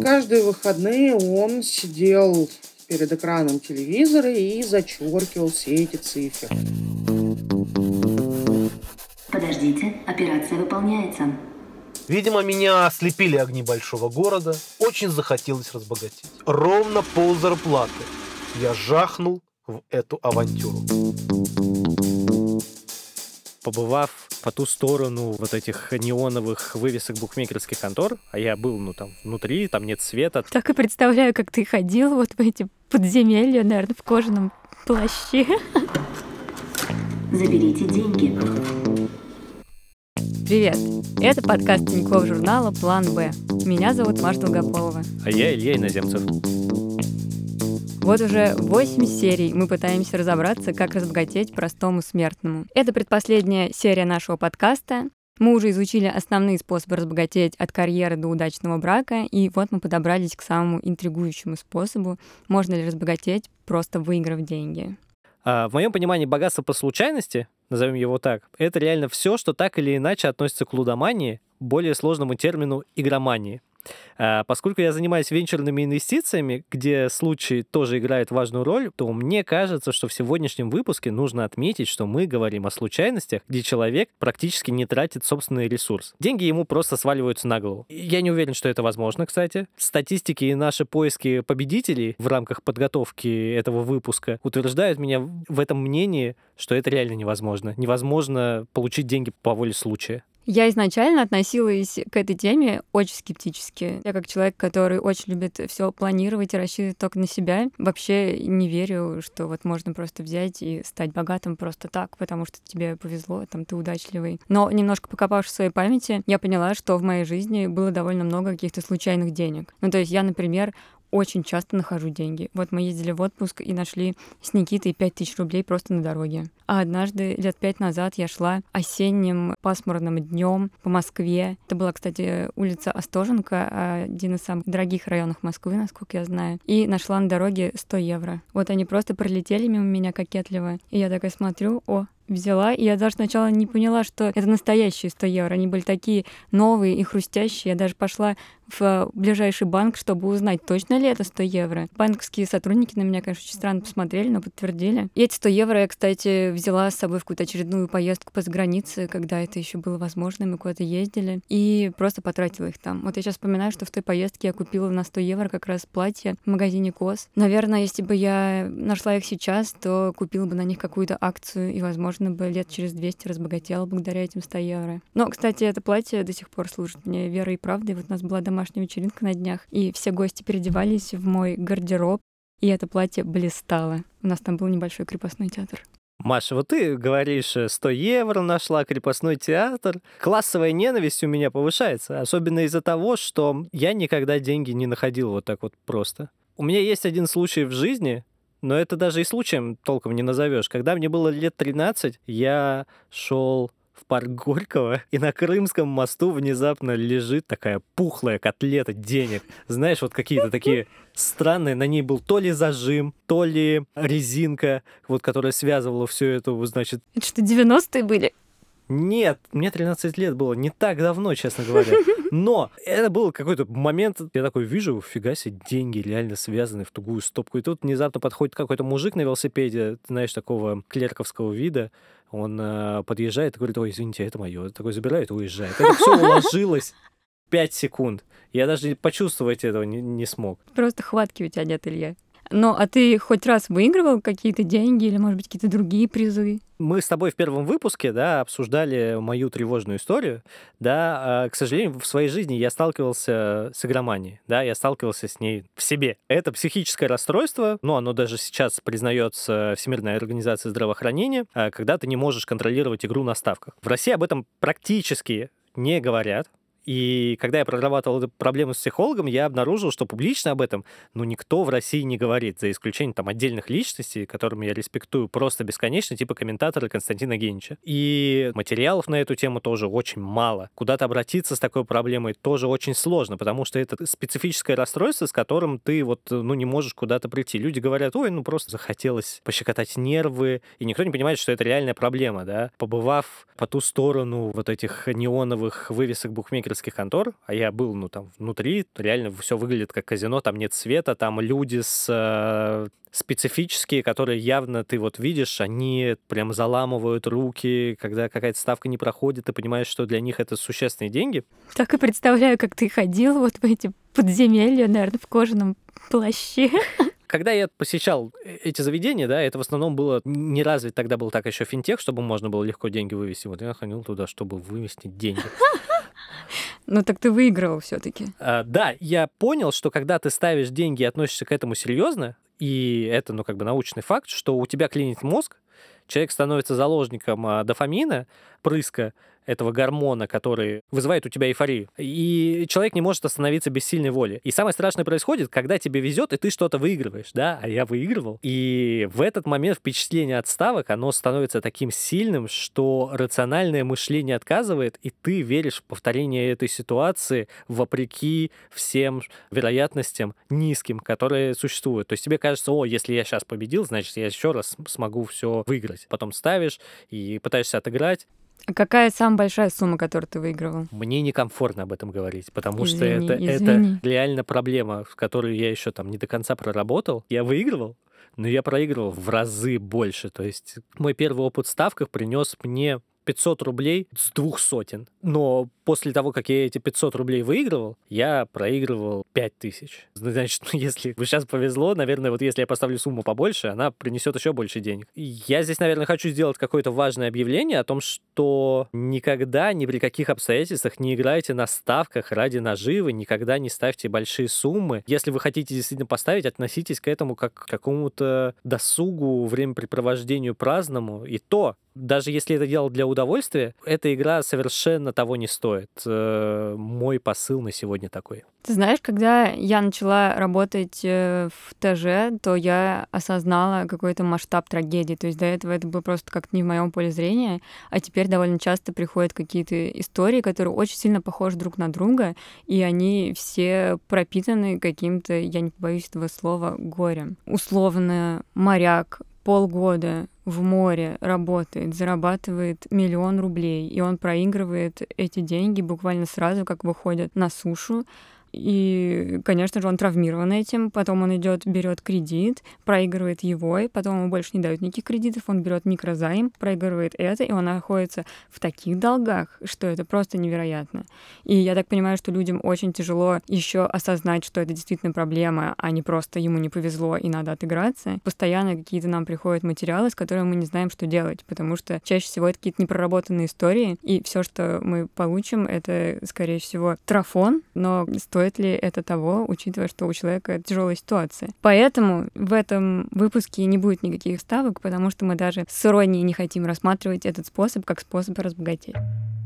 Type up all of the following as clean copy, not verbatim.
Каждые выходные он сидел перед экраном телевизора и зачеркивал все эти цифры. Подождите, операция выполняется. Видимо, меня ослепили огни большого города. Очень захотелось разбогатеть. Ровно ползарплаты я жахнул в эту авантюру. Побывав по ту сторону вот этих неоновых вывесок букмекерских контор, а я был, там, внутри, там нет света. Так и представляю, как ты ходил вот в эти подземелья, наверное, в кожаном плаще. Заберите деньги. Привет! Это подкаст Тинькофф журнала «План Б». Меня зовут Маша Долгополова. А я Илья Иноземцев. Вот уже 8 серий мы пытаемся разобраться, как разбогатеть простому смертному. Это предпоследняя серия нашего подкаста. Мы уже изучили основные способы разбогатеть от карьеры до удачного брака, и вот мы подобрались к самому интригующему способу. Можно ли разбогатеть, просто выиграв деньги? В моем понимании, богатство по случайности, назовем его так, это реально все, что так или иначе относится к лудомании, более сложному термину игромании. Поскольку я занимаюсь венчурными инвестициями, где случай тоже играет важную роль, то мне кажется, что в сегодняшнем выпуске нужно отметить, что мы говорим о случайностях, где человек практически не тратит собственный ресурс. Деньги ему просто сваливаются на голову. Я не уверен, что это возможно, кстати. Статистики и наши поиски победителей в рамках подготовки этого выпуска утверждают меня в этом мнении, что это реально невозможно. Невозможно получить деньги по воле случая. Я изначально относилась к этой теме очень скептически. Я как человек, который очень любит все планировать и рассчитывать только на себя, вообще не верю, что вот можно просто взять и стать богатым просто так, потому что тебе повезло, там ты удачливый. Но немножко покопавшись в своей памяти, я поняла, что в моей жизни было довольно много каких-то случайных денег. То есть я, например, очень часто нахожу деньги. Вот мы ездили в отпуск и нашли с Никитой 5000 рублей просто на дороге. А однажды, лет 5 назад, я шла осенним пасмурным днем по Москве. Это была, кстати, улица Остоженко, один из самых дорогих районов Москвы, насколько я знаю. И нашла на дороге 100 евро. Вот они просто пролетели мимо меня кокетливо. И я такая смотрю, взяла, и я даже сначала не поняла, что это настоящие 100 евро. Они были такие новые и хрустящие. Я даже пошла в ближайший банк, чтобы узнать, точно ли это 100 евро. Банковские сотрудники на меня, конечно, очень странно посмотрели, но подтвердили. И эти 100 евро я, кстати, взяла с собой в какую-то очередную поездку по загранице, когда это еще было возможно, мы куда-то ездили, и просто потратила их там. Вот я сейчас вспоминаю, что в той поездке я купила на 100 евро как раз платье в магазине КОС. Наверное, если бы я нашла их сейчас, то купила бы на них какую-то акцию, и, возможно, бы лет через 200 разбогатела благодаря этим 100 евро. Но, кстати, это платье до сих пор служит мне верой и правдой. Вот у нас была домашняя вечеринка на днях, и все гости переодевались в мой гардероб, и это платье блистало. У нас там был небольшой крепостной театр. Маша, вот ты говоришь, 100 евро нашла, крепостной театр. Классовая ненависть у меня повышается, особенно из-за того, что я никогда деньги не находил вот так вот просто. У меня есть один случай в жизни, но это даже и случаем толком не назовешь. Когда мне было лет 13, я шел в парк Горького, и на Крымском мосту внезапно лежит такая пухлая котлета денег. Знаешь, вот какие-то такие странные. На ней был то ли зажим, то ли резинка, вот, которая связывала всю эту, значит... Это что, 90-е были? Нет, мне 13 лет было, не так давно, честно говоря. Но это был какой-то момент, я такой вижу, фига себе, деньги реально связаны в тугую стопку. И тут внезапно подходит какой-то мужик на велосипеде, знаешь, такого клерковского вида. Он подъезжает и говорит: ой, извините, это мое. Такой забирает и уезжает. Это все уложилось 5 секунд. Я даже почувствовать этого не смог. Просто хватки у тебя нет, Илья. Ну, а ты хоть раз выигрывал какие-то деньги или, может быть, какие-то другие призы? Мы с тобой в первом выпуске, обсуждали мою тревожную историю, к сожалению, в своей жизни я сталкивался с игроманией, я сталкивался с ней в себе. Это психическое расстройство, оно даже сейчас признается Всемирной организацией здравоохранения, когда ты не можешь контролировать игру на ставках. В России об этом практически не говорят. И когда я прорабатывал эту проблему с психологом, я обнаружил, что публично об этом никто в России не говорит, за исключением отдельных личностей, которым я респектую просто бесконечно, типа комментатора Константина Генича. И материалов на эту тему тоже очень мало. Куда-то обратиться с такой проблемой тоже очень сложно, потому что это специфическое расстройство, с которым ты не можешь куда-то прийти. Люди говорят: ой, просто захотелось пощекотать нервы, и никто не понимает, что это реальная проблема, Побывав по ту сторону этих неоновых вывесок букмекерских бухгалтерских контор, а я был, там, внутри, реально все выглядит как казино, там нет света, там люди специфические, которые явно ты вот видишь, они прям заламывают руки, когда какая-то ставка не проходит, ты понимаешь, что для них это существенные деньги. Так и представляю, как ты ходил вот в эти подземелья, наверное, в кожаном плаще. Когда я посещал эти заведения, да, это в основном было не развит, тогда был так еще финтех, чтобы можно было легко деньги вывести. Вот я ходил туда, чтобы вывести деньги. Ну так ты выигрывал все-таки. Да, я понял, что когда ты ставишь деньги и относишься к этому серьезно, и это, научный факт, что у тебя клинит мозг, человек становится заложником дофамина, прыска этого гормона, который вызывает у тебя эйфорию. И человек не может остановиться без сильной воли. И самое страшное происходит, когда тебе везет, и ты что-то выигрываешь, да, а я выигрывал. И в этот момент впечатление от ставок, оно становится таким сильным, что рациональное мышление отказывает, и ты веришь в повторение этой ситуации вопреки всем вероятностям низким, которые существуют. То есть тебе кажется, если я сейчас победил, значит, я еще раз смогу все выиграть. Потом ставишь и пытаешься отыграть. А какая самая большая сумма, которую ты выигрывал? Мне некомфортно об этом говорить, потому что Извини. это реально проблема, в которую я еще там не до конца проработал. Я выигрывал, но я проигрывал в разы больше. То есть мой первый опыт в ставках принес мне 500 рублей с 200. Но после того, как я эти 500 рублей выигрывал, я проигрывал 5000. Значит, если бы сейчас повезло, наверное, вот если я поставлю сумму побольше, она принесет еще больше денег. И я здесь, наверное, хочу сделать какое-то важное объявление о том, что никогда, ни при каких обстоятельствах не играйте на ставках ради наживы, никогда не ставьте большие суммы. Если вы хотите действительно поставить, относитесь к этому как к какому-то досугу, времяпрепровождению праздному. И то, даже если это делать для удовольствия, эта игра совершенно того не стоит. Мой посыл на сегодня такой. Ты знаешь, когда я начала работать в ТЖ, то я осознала какой-то масштаб трагедии. То есть до этого это было просто как-то не в моем поле зрения, а теперь довольно часто приходят какие-то истории, которые очень сильно похожи друг на друга, и они все пропитаны каким-то, я не побоюсь этого слова, горем. Условно, моряк полгода в море работает, зарабатывает 1 000 000 рублей, и он проигрывает эти деньги буквально сразу, как выходят на сушу. И, конечно же, он травмирован этим. Потом он идет, берет кредит, проигрывает его, и потом ему больше не дают никаких кредитов. Он берет микрозайм, проигрывает это, и он находится в таких долгах, что это просто невероятно. И я так понимаю, что людям очень тяжело еще осознать, что это действительно проблема, а не просто ему не повезло и надо отыграться. Постоянно какие-то нам приходят материалы, с которыми мы не знаем, что делать, потому что чаще всего это какие-то непроработанные истории, и все, что мы получим, это, скорее всего, трафон, но стоит ли это того, учитывая, что у человека тяжелая ситуация. Поэтому в этом выпуске не будет никаких ставок, потому что мы даже с иронией не хотим рассматривать этот способ как способ разбогатеть.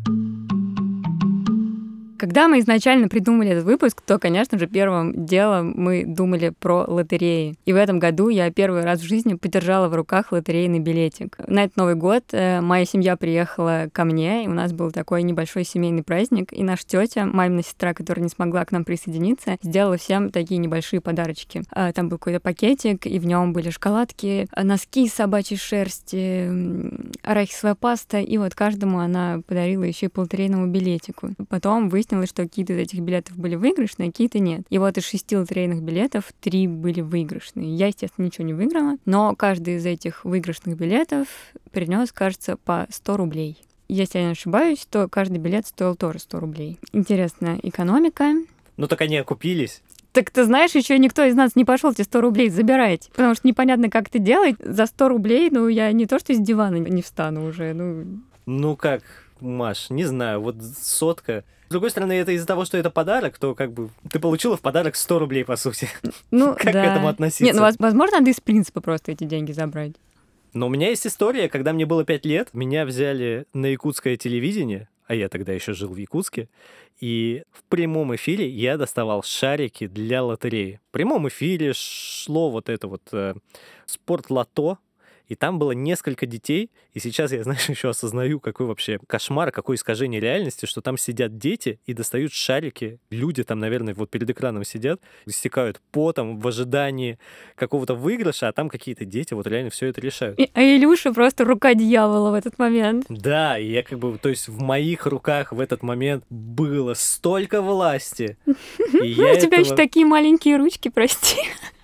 Когда мы изначально придумали этот выпуск, то, конечно же, первым делом мы думали про лотереи. И в этом году я первый раз в жизни подержала в руках лотерейный билетик. На этот Новый год моя семья приехала ко мне, и у нас был такой небольшой семейный праздник, и наша тетя, мамина сестра, которая не смогла к нам присоединиться, сделала всем такие небольшие подарочки. Там был какой-то пакетик, и в нем были шоколадки, носки из собачьей шерсти, арахисовая паста, и вот каждому она подарила еще и по лотерейному билетику. Потом выяснилось, что какие-то из этих билетов были выигрышные, а какие-то нет. И вот из 6 лотерейных билетов 3 были выигрышные. Я, естественно, ничего не выиграла, но каждый из этих выигрышных билетов принес, кажется, по 100 рублей. Если я не ошибаюсь, то каждый билет стоил тоже 100 рублей. Интересная экономика. Ну так они окупились. Так ты знаешь, еще никто из нас не пошел эти 100 рублей забирать, потому что непонятно, как это делать. За 100 рублей, я не то что из дивана не встану уже, Ну как, Маш, не знаю, вот 100. С другой стороны, это из-за того, что это подарок, то как бы ты получила в подарок 100 рублей, по сути. Как к этому относиться? Нет, возможно, надо из принципа просто эти деньги забрать. Но у меня есть история, когда мне было 5 лет, меня взяли на якутское телевидение, а я тогда еще жил в Якутске, и в прямом эфире я доставал шарики для лотереи. В прямом эфире шло вот это вот спортлото, и там было несколько детей, и сейчас я, знаешь, еще осознаю, какой вообще кошмар, какое искажение реальности, что там сидят дети и достают шарики. Люди там, наверное, вот перед экраном сидят, истекают потом в ожидании какого-то выигрыша, а там какие-то дети вот реально все это решают. А Илюша просто рука дьявола в этот момент. Да, и я как бы, то есть в моих руках в этот момент было столько власти. И я У тебя еще этого- такие маленькие ручки, прости.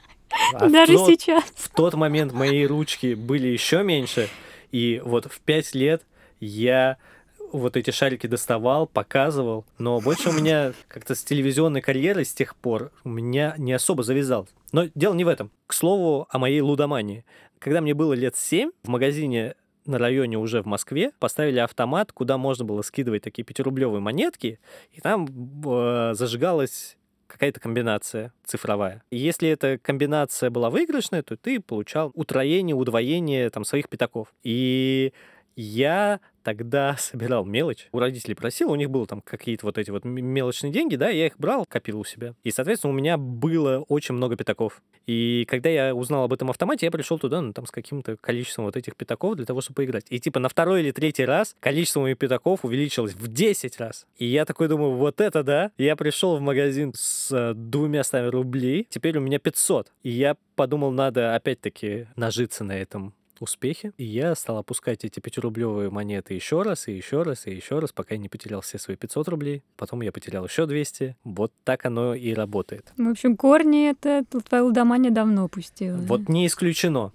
А Даже в сейчас. тот момент мои ручки были еще меньше, и вот в 5 лет я вот эти шарики доставал, показывал, но больше у меня как-то с телевизионной карьерой с тех пор у меня не особо завязалось. Но дело не в этом. К слову о моей лудомании. Когда мне было лет 7, в магазине на районе уже в Москве поставили автомат, куда можно было скидывать такие 5-рублевые монетки, и там зажигалась какая-то комбинация цифровая. И если эта комбинация была выигрышная, то ты получал утроение, удвоение там, своих пятаков. И я тогда собирал мелочь. У родителей просил, у них было там какие-то вот эти вот мелочные деньги, да, я их брал, копил у себя. И, соответственно, у меня было очень много пятаков. И когда я узнал об этом автомате, я пришел туда, ну, там, с каким-то количеством вот этих пятаков для того, чтобы поиграть. И, типа, на 2-й или 3-й раз количество моих пятаков увеличилось в 10 раз. И я такой думаю, вот это да! Я пришел в магазин с 200 рублей, теперь у меня 500. И я подумал, надо опять-таки нажиться на этом успехи, и я стал опускать эти 5-рублевые монеты еще раз, и еще раз, и еще раз, пока я не потерял все свои 500 рублей. Потом я потерял еще 200. Вот так оно и работает. В общем, корни это твоя лудомания давно пустила. Вот не исключено.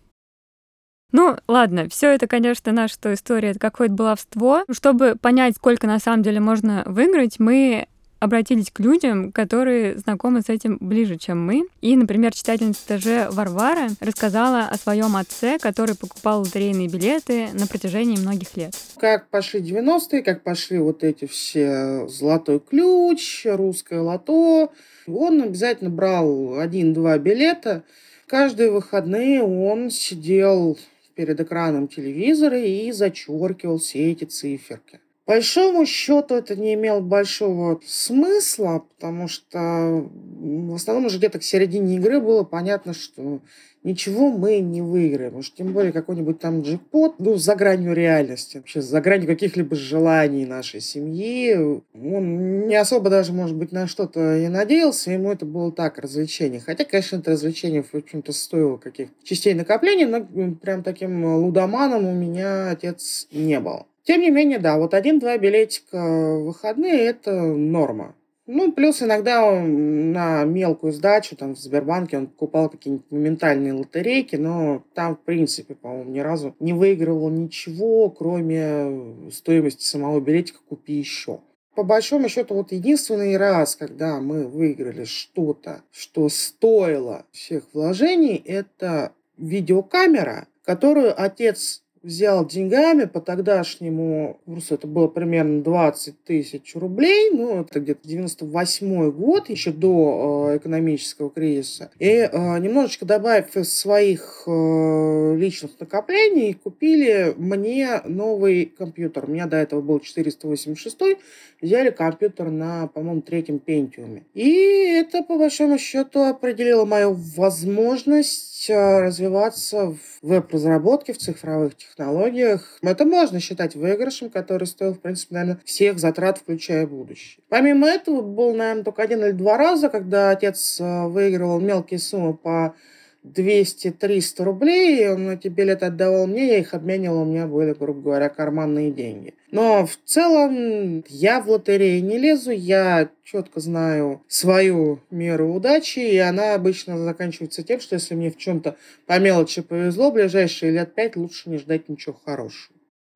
Ну, ладно, все это, конечно, наша история, это какое-то баловство. Чтобы понять, сколько на самом деле можно выиграть, мы обратились к людям, которые знакомы с этим ближе, чем мы. И, например, читательница ТЖ Варвара рассказала о своем отце, который покупал лотерейные билеты на протяжении многих лет. Как пошли 90-е, как пошли вот эти все «Золотой ключ», «Русское лото», он обязательно брал 1-2 билета. Каждые выходные он сидел перед экраном телевизора и зачеркивал все эти циферки. По большому счету это не имело большого смысла, потому что в основном уже где-то к середине игры было понятно, что ничего мы не выиграем. Уж тем более какой-нибудь там джекпот, за гранью реальности, вообще за гранью каких-либо желаний нашей семьи. Он не особо даже, может быть, на что-то и надеялся, ему это было так, развлечение. Хотя, конечно, это развлечение, в общем-то, стоило каких-то частей накопления, но прям таким лудоманом у меня отец не был. Тем не менее, да, вот 1-2 билетика в выходные – это норма. Ну, плюс иногда он на мелкую сдачу, там, в Сбербанке он покупал какие-нибудь моментальные лотерейки, но там, в принципе, по-моему, ни разу не выигрывал ничего, кроме стоимости самого билетика «Купи еще». По большому счету, вот единственный раз, когда мы выиграли что-то, что стоило всех вложений, это видеокамера, которую отец взял деньгами по тогдашнему курсу, это было примерно 20 тысяч рублей, ну, это где-то 98 год, еще до экономического кризиса. И немножечко добавив из своих личных накоплений, купили мне новый компьютер. У меня до этого был 486, взяли компьютер на, по-моему, 3-м Pentium. И это, по большому счету, определило мою возможность развиваться в веб-разработке, в цифровых технологиях. Это можно считать выигрышем, который стоил, в принципе, наверное, всех затрат, включая будущее. Помимо этого, был, наверное, только 1 или 2 раза, когда отец выигрывал мелкие суммы по 200-300 рублей, и он эти билеты отдавал мне, я их обменивал, у меня были, грубо говоря, карманные деньги. Но в целом я в лотереи не лезу, я четко знаю свою меру удачи, и она обычно заканчивается тем, что если мне в чем-то по мелочи повезло, ближайшие лет 5 лучше не ждать ничего хорошего.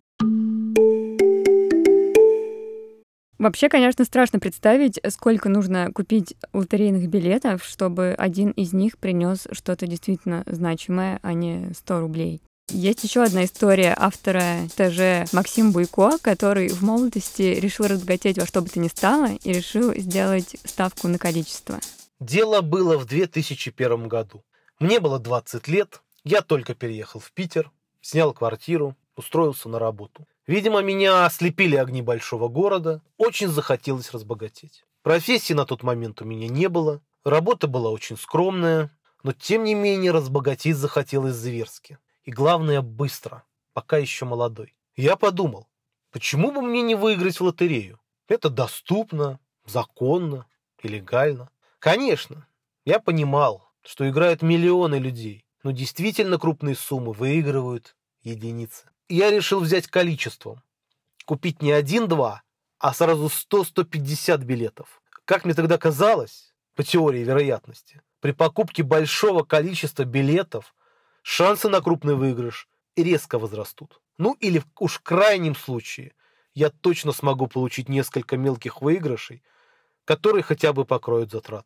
Вообще, конечно, страшно представить, сколько нужно купить лотерейных билетов, чтобы один из них принес что-то действительно значимое, а не 100 рублей. Есть еще одна история автора ТЖ Максим Буйко, который в молодости решил разбогатеть во что бы то ни стало и решил сделать ставку на количество. Дело было в 2001 году. Мне было 20 лет, я только переехал в Питер, снял квартиру, устроился на работу. Видимо, меня ослепили огни большого города, очень захотелось разбогатеть. Профессии на тот момент у меня не было, работа была очень скромная, но тем не менее разбогатеть захотелось зверски. И главное, быстро, пока еще молодой. Я подумал, почему бы мне не выиграть в лотерею? Это доступно, законно и легально. Конечно, я понимал, что играют миллионы людей, но действительно крупные суммы выигрывают единицы. И я решил взять количеством. Купить не 1-2, а сразу 100-150 билетов. Как мне тогда казалось, по теории вероятности, при покупке большого количества билетов шансы на крупный выигрыш резко возрастут. Ну или уж в крайнем случае я точно смогу получить несколько мелких выигрышей, которые хотя бы покроют затраты.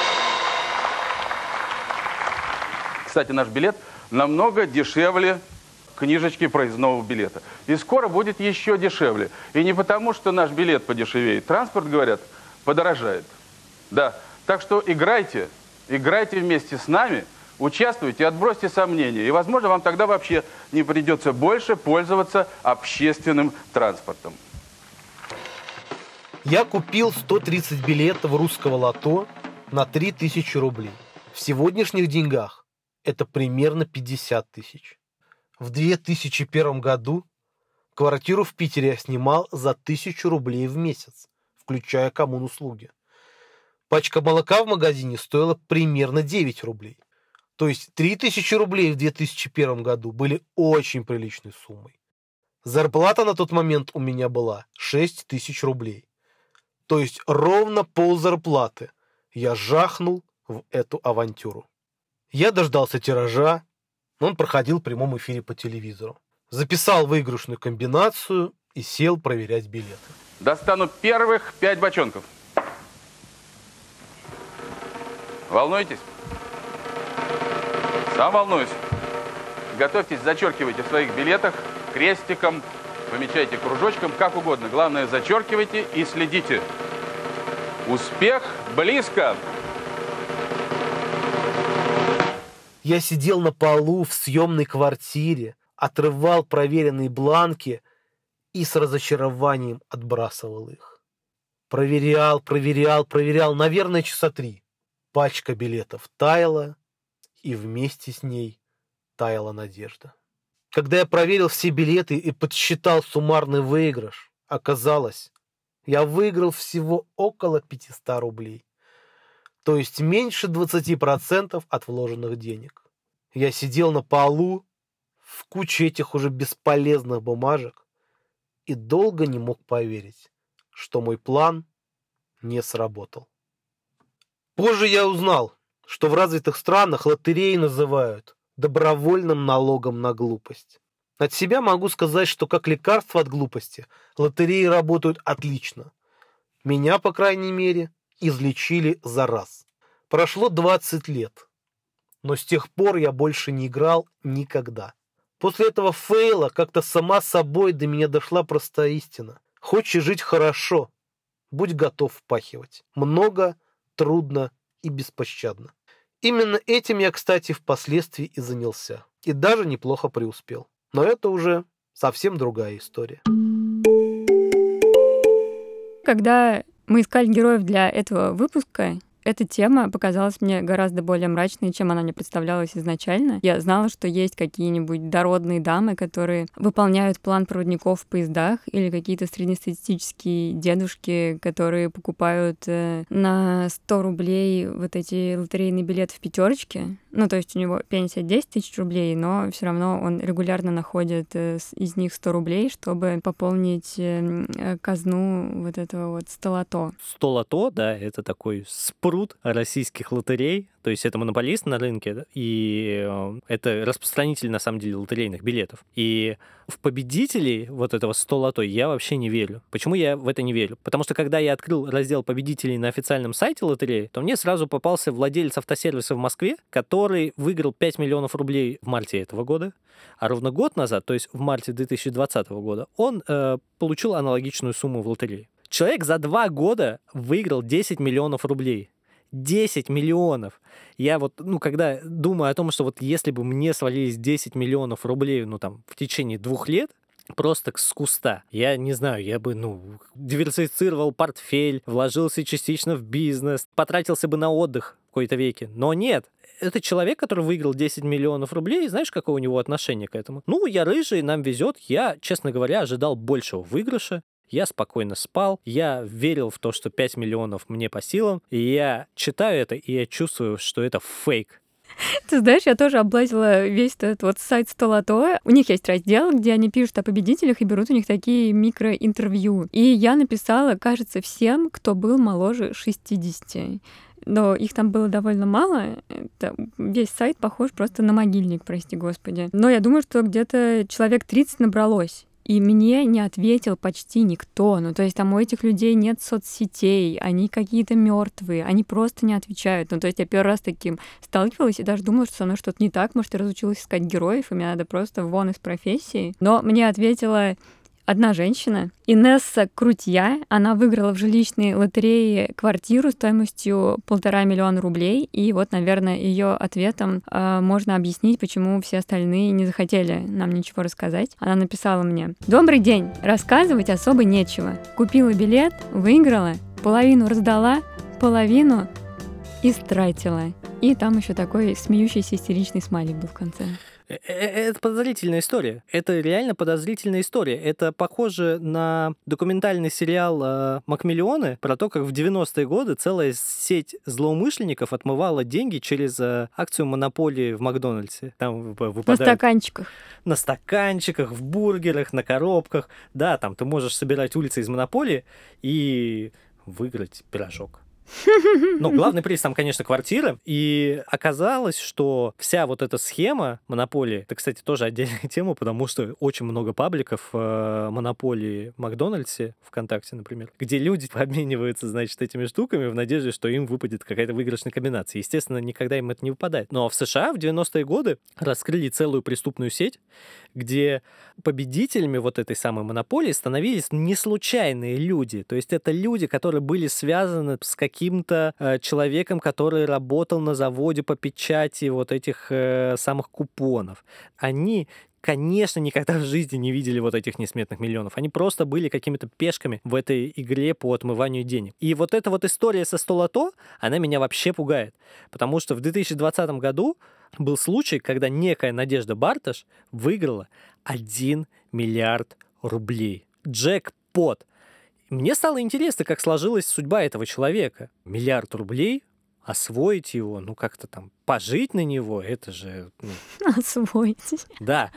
Кстати, наш билет намного дешевле книжечки проездного билета. И скоро будет еще дешевле. И не потому, что наш билет подешевеет. Транспорт, говорят, подорожает. Да. Так что играйте вместе с нами, участвуйте, отбросьте сомнения. И, возможно, вам тогда вообще не придется больше пользоваться общественным транспортом. Я купил 130 билетов русского лото на 3000 рублей. В сегодняшних деньгах это примерно 50 тысяч. В 2001 году квартиру в Питере я снимал за 1000 рублей в месяц, включая коммунуслуги. Пачка молока в магазине стоила примерно 9 рублей. То есть 3000 рублей в 2001 году были очень приличной суммой. Зарплата на тот момент у меня была 6000 рублей. То есть ровно ползарплаты я жахнул в эту авантюру. Я дождался тиража, он проходил в прямом эфире по телевизору. Записал выигрышную комбинацию и сел проверять билеты. Достану первых 5 бочонков. Волнуетесь? Сам волнуюсь. Готовьтесь, зачеркивайте в своих билетах крестиком, помечайте кружочком, как угодно. Главное, зачеркивайте и следите. Успех близко! Я сидел на полу в съемной квартире, отрывал проверенные бланки и с разочарованием отбрасывал их. Проверял, наверное, часа 3. Пачка билетов таяла, и вместе с ней таяла надежда. Когда я проверил все билеты и подсчитал суммарный выигрыш, оказалось, я выиграл всего около 500 рублей. То есть меньше 20% от вложенных денег. Я сидел на полу в куче этих уже бесполезных бумажек и долго не мог поверить, что мой план не сработал. Позже я узнал, что в развитых странах лотереи называют добровольным налогом на глупость. От себя могу сказать, что как лекарство от глупости лотереи работают отлично. Меня, по крайней мере, излечили за раз. Прошло 20 лет, но с тех пор я больше не играл никогда. После этого фейла как-то сама собой до меня дошла простая истина. Хочешь жить хорошо, будь готов впахивать. Много, трудно и беспощадно. Именно этим я, кстати, впоследствии и занялся. И даже неплохо преуспел. Но это уже совсем другая история. Когда мы искали героев для этого выпуска, эта тема показалась мне гораздо более мрачной, чем она мне представлялась изначально. Я знала, что есть какие-нибудь дородные дамы, которые выполняют план проводников в поездах, или какие-то среднестатистические дедушки, которые покупают на 100 рублей вот эти лотерейные билеты в пятерочке. Ну, то есть у него пенсия 10 тысяч рублей, но все равно он регулярно находит из них 100 рублей, чтобы пополнить казну вот этого вот 100 лото. 100 лото, да, это такой спрут российских лотерей, то есть это монополист на рынке, и это распространитель, на самом деле, лотерейных билетов. И в победителей вот этого 100 лото я вообще не верю. Почему я в это не верю? Потому что когда я открыл раздел победителей на официальном сайте лотереи, то мне сразу попался владелец автосервиса в Москве, который выиграл 5 миллионов рублей в марте этого года, а ровно год назад, то есть в марте 2020 года, он получил аналогичную сумму в лотерее. Человек за 2 года выиграл 10 миллионов рублей. 10 миллионов. Я вот, когда думаю о том, что вот если бы мне свалились 10 миллионов рублей, в течение 2 лет, просто с куста. Я не знаю, я бы, диверсифицировал портфель, вложился частично в бизнес, потратился бы на отдых, какой-то веке. Но нет, это человек, который выиграл 10 миллионов рублей. Знаешь, какое у него отношение к этому? Ну, я рыжий, нам везет. Я, честно говоря, ожидал большего выигрыша. Я спокойно спал, я верил в то, что 5 миллионов мне по силам, и я читаю это, и я чувствую, что это фейк. Ты знаешь, я тоже облазила весь этот вот сайт 100 Лото. У них есть раздел, где они пишут о победителях и берут у них такие микроинтервью. И я написала, кажется, всем, кто был моложе 60. Но их там было довольно мало. Весь сайт похож просто на могильник, прости господи. Но я думаю, что где-то человек 30 набралось. И мне не ответил почти никто. Ну, то есть там у этих людей нет соцсетей, они какие-то мертвые, они просто не отвечают. Ну, то есть я первый раз таким сталкивалась и даже думала, что со мной что-то не так, может, я разучилась искать героев, и мне надо просто вон из профессии. Но мне ответила одна женщина, Инесса Крутья. Она выиграла в жилищной лотерее квартиру стоимостью 1,5 миллиона рублей. И вот, наверное, ее ответом можно объяснить, почему все остальные не захотели нам ничего рассказать. Она написала мне: «Добрый день, рассказывать особо нечего. Купила билет, выиграла, половину раздала, половину истратила». И там еще такой смеющийся истеричный смайлик был в конце. Это подозрительная история. Это реально подозрительная история. Это похоже на документальный сериал «Макмиллионы» про то, как в 90-е годы целая сеть злоумышленников отмывала деньги через акцию монополии в Макдональдсе. Там выпадают... На стаканчиках. На стаканчиках, в бургерах, на коробках. Да, там ты можешь собирать улицы из монополии и выиграть пирожок. Но главный приз там, конечно, квартира. И оказалось, что вся вот эта схема монополии, это, кстати, тоже отдельная тема, потому что очень много пабликов монополии в Макдональдсе, ВКонтакте, например, где люди обмениваются, значит, этими штуками в надежде, что им выпадет какая-то выигрышная комбинация. Естественно, никогда им это не выпадает. Но в США в 90-е годы раскрыли целую преступную сеть, где победителями вот этой самой монополии становились не случайные люди. То есть это люди, которые были связаны с каким-то человеком, который работал на заводе по печати вот этих самых купонов. Они, конечно, никогда в жизни не видели вот этих несметных миллионов. Они просто были какими-то пешками в этой игре по отмыванию денег. И вот эта вот история со 100 Лото, она меня вообще пугает. Потому что в 2020 году был случай, когда некая Надежда Барташ выиграла 1 миллиард рублей. Джекпот. Мне стало интересно, как сложилась судьба этого человека. 1 миллиард рублей, освоить его, ну как-то там пожить на него, это же... Освоить. Да.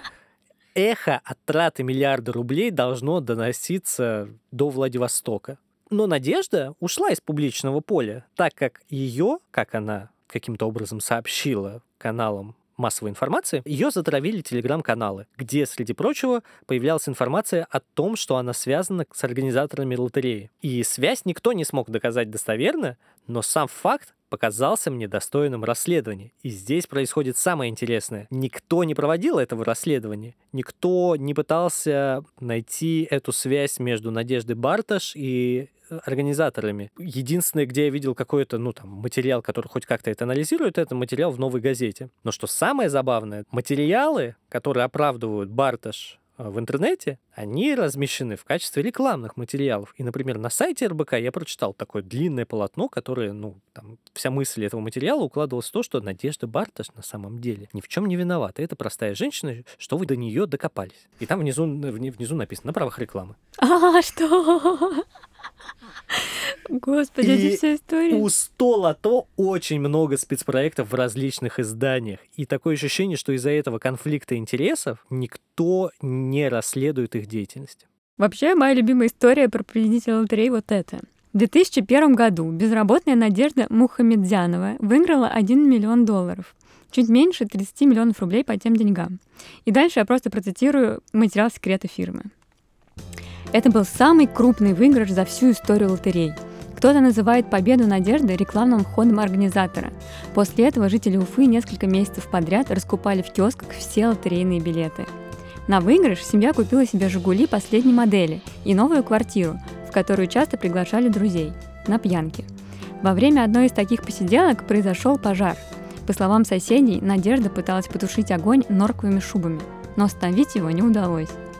Эхо от траты 1 миллиарда рублей должно доноситься до Владивостока. Но Надежда ушла из публичного поля, так как ее, как она каким-то образом сообщила каналам массовой информации, ее затравили телеграм-каналы, где, среди прочего, появлялась информация о том, что она связана с организаторами лотереи. И связь никто не смог доказать достоверно, но сам факт показался мне достойным расследования. И здесь происходит самое интересное. Никто не проводил этого расследования. Никто не пытался найти эту связь между Надеждой Барташ и организаторами. Единственное, где я видел какой-то, материал, который хоть как-то это анализирует, это материал в «Новой газете». Но что самое забавное, материалы, которые оправдывают Барташ в интернете, они размещены в качестве рекламных материалов. И, например, на сайте РБК я прочитал такое длинное полотно, которое, вся мысль этого материала укладывалась в то, что Надежда Барташ на самом деле ни в чем не виновата. Это простая женщина, что вы до нее докопались. И там внизу написано «На правах рекламы». А, что? Господи, это вся история. У 100 Лото очень много спецпроектов в различных изданиях. И такое ощущение, что из-за этого конфликта интересов никто не расследует их деятельность. Вообще, моя любимая история про победителя лотереи вот это. В 2001 году безработная Надежда Мухамедзянова выиграла 1 миллион долларов. Чуть меньше 30 миллионов рублей по тем деньгам. И дальше я просто процитирую материал секрета фирмы. Это был самый крупный выигрыш за всю историю лотерей. Кто-то называет победу Надежды рекламным ходом организатора. После этого жители Уфы несколько месяцев подряд раскупали в киосках все лотерейные билеты. На выигрыш семья купила себе «Жигули» последней модели и новую квартиру, в которую часто приглашали друзей, на пьянки. Во время одной из таких посиделок произошел пожар. По словам соседей, Надежда пыталась потушить огонь норковыми шубами, но остановить его не удалось.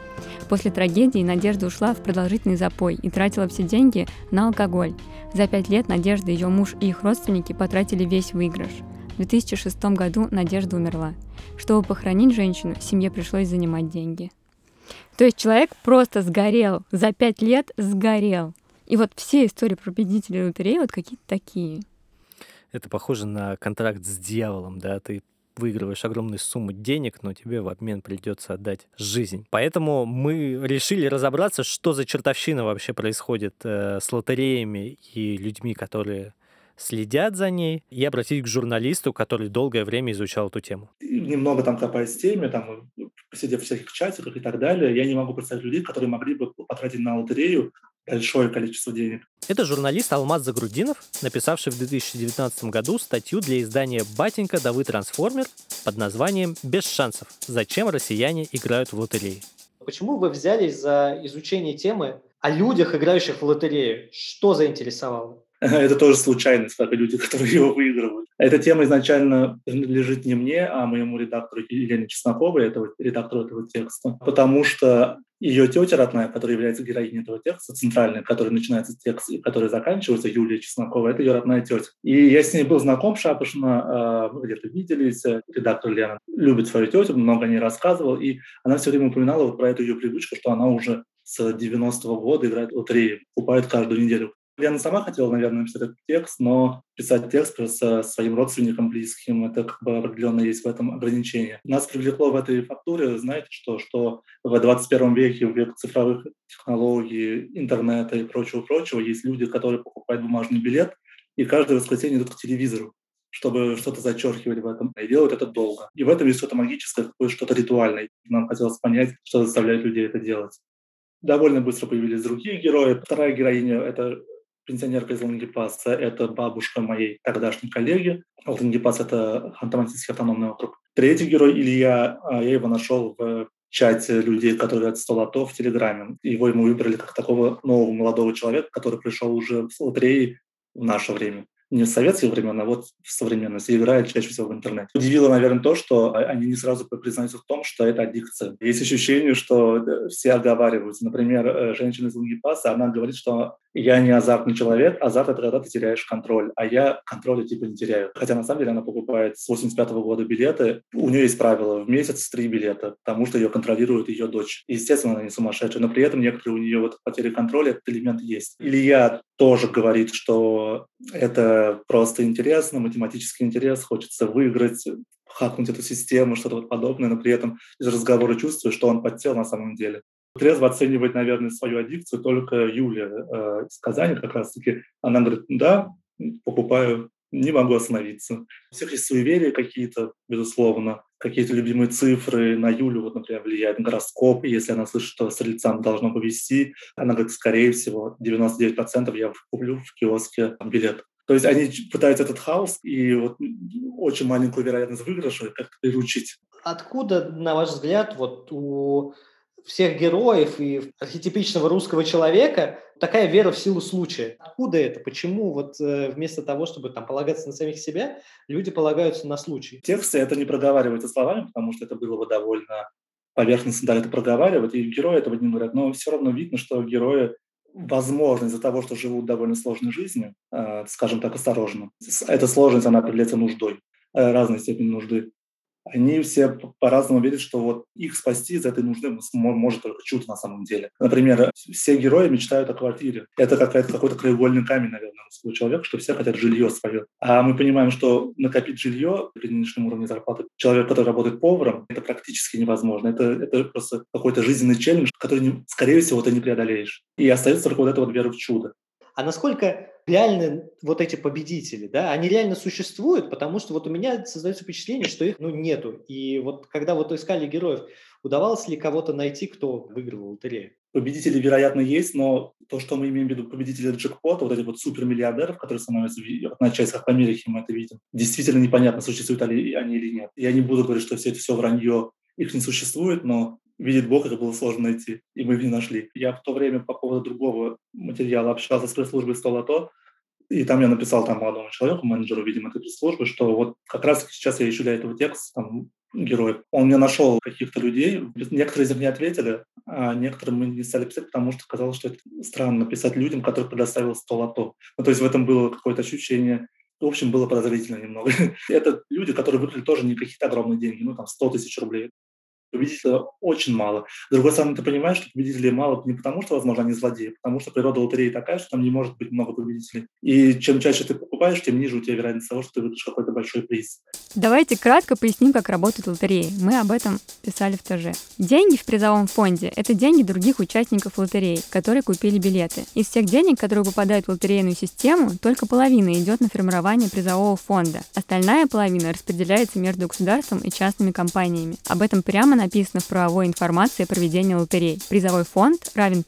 После трагедии Надежда ушла в продолжительный запой и тратила все деньги на алкоголь. За 5 лет Надежда, ее муж и их родственники потратили весь выигрыш. В 2006 году Надежда умерла. Чтобы похоронить женщину, семье пришлось занимать деньги. То есть человек просто сгорел, за 5 лет сгорел. И вот все истории про победителей лотереи вот какие-то такие. Это похоже на контракт с дьяволом, да, ты выигрываешь огромную сумму денег, но тебе в обмен придется отдать жизнь. Поэтому мы решили разобраться, что за чертовщина вообще происходит с лотереями и людьми, которые следят за ней, и обратить к журналисту, который долгое время изучал эту тему. Немного там копаясь в теме, там, посидев в всяких чатиках и так далее, я не могу представить людей, которые могли бы потратить на лотерею большое количество денег. Это журналист Алмаз Загрудинов, написавший в 2019 году статью для издания «Батенька, да вы трансформер» под названием «Без шансов. Зачем россияне играют в лотереи?». Почему вы взялись за изучение темы о людях, играющих в лотерею? Что заинтересовало? Это тоже случайность, как и люди, которые его выигрывают. Эта тема изначально принадлежит не мне, а моему редактору Елене Чесноковой, редактору этого текста, потому что ее тетя родная, которая является героиней этого текста, центральной, который начинается текст и который заканчивается, Юлия Чеснокова, это ее родная тетя. И я с ней был знаком шапошно, мы где-то виделись, редактор Лена любит свою тетю, много о ней рассказывал, и она все время упоминала вот про эту ее привычку, что она уже с 90-го года играет в лотереи, покупает каждую неделю. Лена сама хотела, наверное, написать этот текст, но писать текст со своим родственником близким, это как бы определенно есть в этом ограничение. Нас привлекло в этой фактуре, знаете, что в 21 веке, в век цифровых технологий, интернета и прочего, есть люди, которые покупают бумажный билет и каждое воскресенье идут к телевизору, чтобы что-то зачеркивать в этом, и делают это долго. И в этом есть что-то магическое, что-то ритуальное. Нам хотелось понять, что заставляет людей это делать. Довольно быстро появились другие герои. Вторая героиня — это пенсионерка из Лангепаса, это бабушка моей тогдашней коллеги. Лангепас — это Ханты-Мансийский автономный округ. Третий герой — Илья. Я его нашел в чате людей, которые играют в 100 лото в Телеграме. Его мы выбрали как такого нового молодого человека, который пришел уже в лотереи в наше время. Не в советские времена, а вот в современности, играет чаще всего в интернете. Удивило, наверное, то, что они не сразу признаются в том, что это аддикция. Есть ощущение, что все оговариваются. Например, женщина из Лангепаса, она говорит, что я не азартный человек, азарт — это когда ты теряешь контроль, а я контроля типа не теряю. Хотя на самом деле она покупает с 85-го года билеты. У нее есть правило: в месяц 3 билета, потому что ее контролирует ее дочь. Естественно, она не сумасшедшая, но при этом некоторые у нее вот потери контроля, этот элемент есть. Илья тоже говорит, что это просто интересно, математический интерес, хочется выиграть, хакнуть эту систему, что-то вот подобное, но при этом из разговора чувствую, что он подсел на самом деле. Трезво оценивает, наверное, свою аддикцию только Юля из Казани как раз-таки. Она говорит: да, покупаю, не могу остановиться. У всех есть суеверия какие-то, безусловно, какие-то любимые цифры. На Юлю, вот, например, влияет гороскоп. Если она слышит, что стрельцам должно повезти, она говорит: скорее всего, 99% я куплю в киоске билет. То есть они пытаются этот хаос и вот очень маленькую вероятность выигрыша как-то приручить. Откуда, на ваш взгляд, вот у всех героев и архетипичного русского человека такая вера в силу случая? Откуда это? Почему вот вместо того, чтобы там полагаться на самих себя, люди полагаются на случай? В тексте это не проговаривается словами, потому что это было бы довольно поверхностно, да, это проговаривать, и герои этого не говорят, но все равно видно, что герои, возможно, из-за того, что живут довольно сложной жизнью, скажем так, осторожно, эта сложность, она определяется нуждой, разной степени нужды. Они все по-разному верят, что вот их спасти из этой нужды может только чудо на самом деле. Например, все герои мечтают о квартире. Это какой-то краеугольный камень, наверное, русского человека, что все хотят жилье свое. А мы понимаем, что накопить жилье при нынешнем уровне зарплаты человек, который работает поваром, это практически невозможно. Это просто какой-то жизненный челлендж, который, скорее всего, ты не преодолеешь. И остается только вот эта вот вера в чудо. А насколько реальны вот эти победители, да? Они реально существуют, потому что вот у меня создается впечатление, что их нету. И вот когда вот искали героев, удавалось ли кого-то найти, кто выиграл лотерею? Победители, вероятно, есть, но то, что мы имеем в виду победители джекпота, вот этих вот супермиллиардеров, которые становятся на часть, как в Америке мы это видим, действительно непонятно, существуют ли они или нет. Я не буду говорить, что все это все вранье, их не существует, но видит Бог, это было сложно найти, и мы их не нашли. Я в то время по поводу другого материала общался с пресс-службой 100 лото, и там я написал молодому человеку, менеджеру, видимо, этой пресс-службы, что вот как раз сейчас я ищу для этого текст, там героев. Он мне нашел каких-то людей, некоторые из них не ответили, а некоторым мы не стали писать, потому что казалось, что это странно писать людям, которых предоставил 100 лото. Ну, то есть в этом было какое-то ощущение. В общем, было подозрительно немного. Это люди, которые выиграли тоже не какие-то огромные деньги, ну, там, 100 тысяч рублей. Победителей очень мало. С другой стороны, ты понимаешь, что победителей мало не потому, что, возможно, они злодеи, а потому что природа лотереи такая, что там не может быть много победителей. И чем чаще ты покупаешь, тем ниже у тебя вероятность того, что ты выиграешь какой-то большой приз. Давайте кратко поясним, как работают лотереи. Мы об этом писали в ТЖ. Деньги в призовом фонде – это деньги других участников лотереи, которые купили билеты. Из всех денег, которые попадают в лотерейную систему, только половина идет на формирование призового фонда. Остальная половина распределяется между государством и частными компаниями. Об этом прямо написано в правовой информации о проведении лотерей. Призовой фонд равен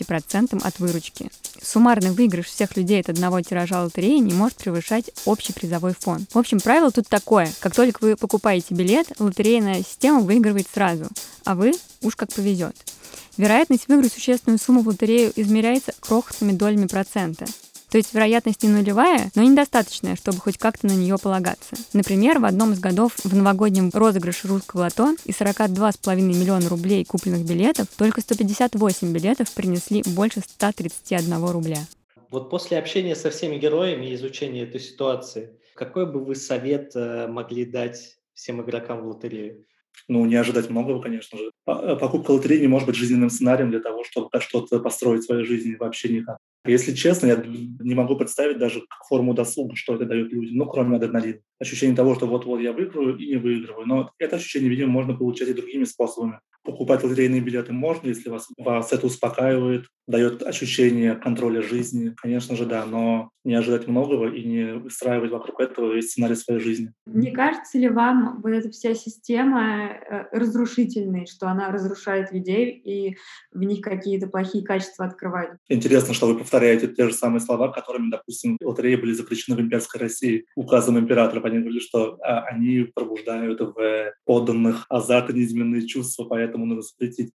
50% от выручки. Суммарный выигрыш всех людей от одного тиража лотереи не может превышать общий призовой фонд. В общем, правило тут такое. Как только вы покупаете билет, лотерейная система выигрывает сразу, а вы уж как повезет. Вероятность выиграть существенную сумму в лотерею измеряется крохотными долями процента. То есть вероятность не нулевая, но недостаточная, чтобы хоть как-то на нее полагаться. Например, в одном из годов в новогоднем розыгрыше русского лото из 42,5 миллиона рублей купленных билетов только 158 билетов принесли больше 131 рубля. Вот после общения со всеми героями и изучения этой ситуации, какой бы вы совет могли дать всем игрокам в лотерею? Ну, не ожидать многого, конечно же. Покупка лотереи не может быть жизненным сценарием для того, чтобы что-то построить в своей жизни, вообще никак. Если честно, я не могу представить даже форму досуга, что это дает людям, ну, кроме адреналина. Ощущение того, что вот-вот я выиграю и не выигрываю. Но это ощущение, видимо, можно получать и другими способами. Покупать лотерейные билеты можно, если вас это успокаивает, дает ощущение контроля жизни, конечно же, да, но не ожидать многого и не выстраивать вокруг этого весь сценарий своей жизни. Не кажется ли вам вот эта вся система разрушительной, что она разрушает людей и в них какие-то плохие качества открывает? Интересно, что вы повторяете те же самые слова, которыми, допустим, лотереи были запрещены в имперской России указом императора. Они говорили, что они пробуждают в подданных азарт и низменные чувства, поэтому нужно запретить.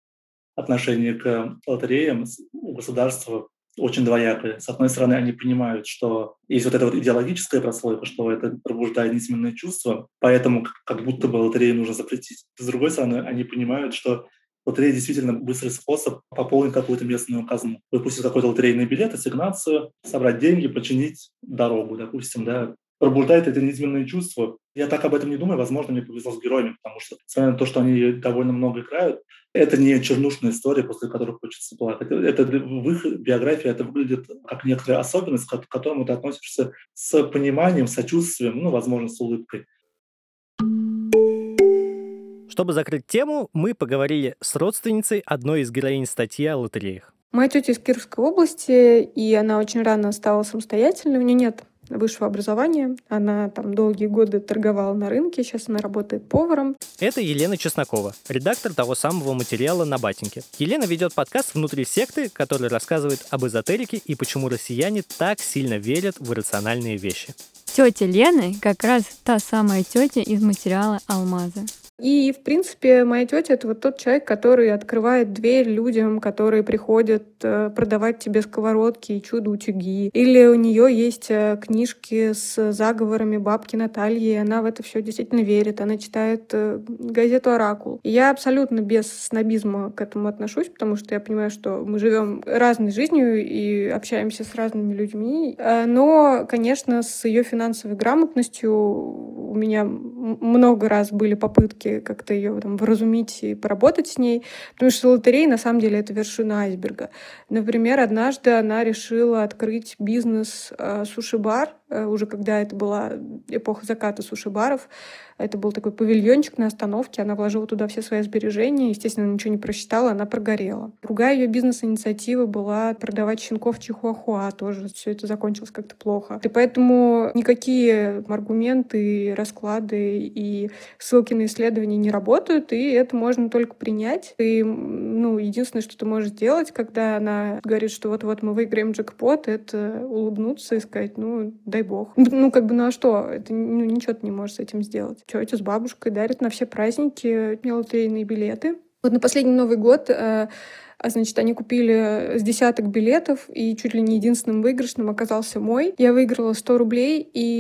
Отношение к лотереям у государства очень двоякое. С одной стороны, они понимают, что есть вот эта вот идеологическая прослойка, что это пробуждает низменные чувства, поэтому как будто бы лотереи нужно запретить. С другой стороны, они понимают, что лотерея действительно быстрый способ пополнить какую-то местную казну. Выпустить какой-то лотерейный билет, ассигнацию, собрать деньги, починить дорогу, допустим, да. Пробуждает эти низменные чувства. Я так об этом не думаю. Возможно, мне повезло с героями, потому что, несмотря на то, что они довольно много играют, это не чернушная история, после которой хочется плакать. Это в их биографии это выглядит как некоторая особенность, к которому ты относишься с пониманием, сочувствием, ну, возможно, с улыбкой. Чтобы закрыть тему, мы поговорили с родственницей одной из героинь статьи о лотереях. Моя тетя из Кировской области, и она очень рано стала самостоятельной. У нее нет высшего образования. Она там долгие годы торговала на рынке, сейчас она работает поваром. Это Елена Чеснокова, редактор того самого материала на Батеньке. Елена ведет подкаст «Внутри секты», который рассказывает об эзотерике и почему россияне так сильно верят в иррациональные вещи. Тетя Лены как раз та самая тетя из материала «Алмазы». И, в принципе, моя тетя — это вот тот человек, который открывает дверь людям, которые приходят продавать тебе сковородки и чудо-утюги. Или у нее есть книжки с заговорами бабки Натальи, и она в это все действительно верит. Она читает газету «Оракул». И я абсолютно без снобизма к этому отношусь, потому что я понимаю, что мы живем разной жизнью и общаемся с разными людьми. Но, конечно, с ее финансовой грамотностью у меня много раз были попытки как-то ее там вразумить и поработать с ней, потому что лотереи на самом деле это вершина айсберга. Например, однажды она решила открыть бизнес суши-бар, уже когда это была эпоха заката суши-баров. Это был такой павильончик на остановке, она вложила туда все свои сбережения, естественно, ничего не просчитала, она прогорела. Другая ее бизнес-инициатива была продавать щенков чихуахуа, тоже все это закончилось как-то плохо. И поэтому никакие аргументы, расклады и ссылки на исследования не работают, и это можно только принять. И, единственное, что ты можешь сделать, когда она говорит, что вот-вот мы выиграем джекпот, это улыбнуться и сказать, дай бог. А что? Это ничего ты не можешь с этим сделать. Тетя с бабушкой дарят на все праздники лотерейные билеты. Вот на последний Новый год они купили с десяток билетов, и чуть ли не единственным выигрышным оказался мой. Я выиграла 100 рублей, и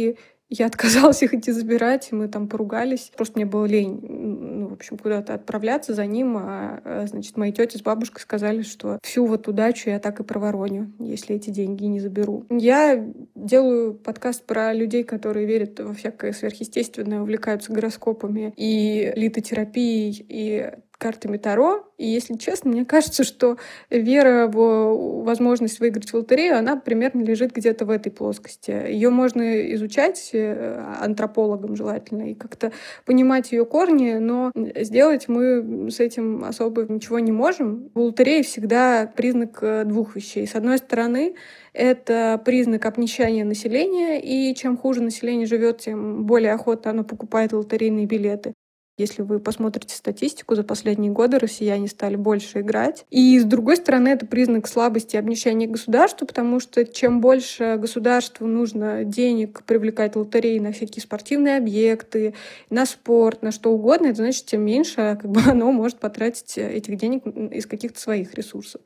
Я отказалась их идти забирать, и мы там поругались. Просто мне было лень, в общем, куда-то отправляться за ним. Значит, мои тети с бабушкой сказали, что всю вот удачу я так и провороню, если эти деньги не заберу. Я делаю подкаст про людей, которые верят во всякое сверхъестественное, увлекаются гороскопами и литотерапией, и картами Таро. И, если честно, мне кажется, что вера в возможность выиграть в лотерею, она примерно лежит где-то в этой плоскости. Ее можно изучать антропологам желательно и как-то понимать ее корни, но сделать мы с этим особо ничего не можем. В лотерее всегда признак двух вещей. С одной стороны, это признак обнищания населения, и чем хуже население живет, тем более охотно оно покупает лотерейные билеты. Если вы посмотрите статистику, за последние годы россияне стали больше играть. И, с другой стороны, это признак слабости и обнищания государства, потому что чем больше государству нужно денег привлекать лотереи на всякие спортивные объекты, на спорт, на что угодно, это значит, тем меньше оно может потратить этих денег из каких-то своих ресурсов.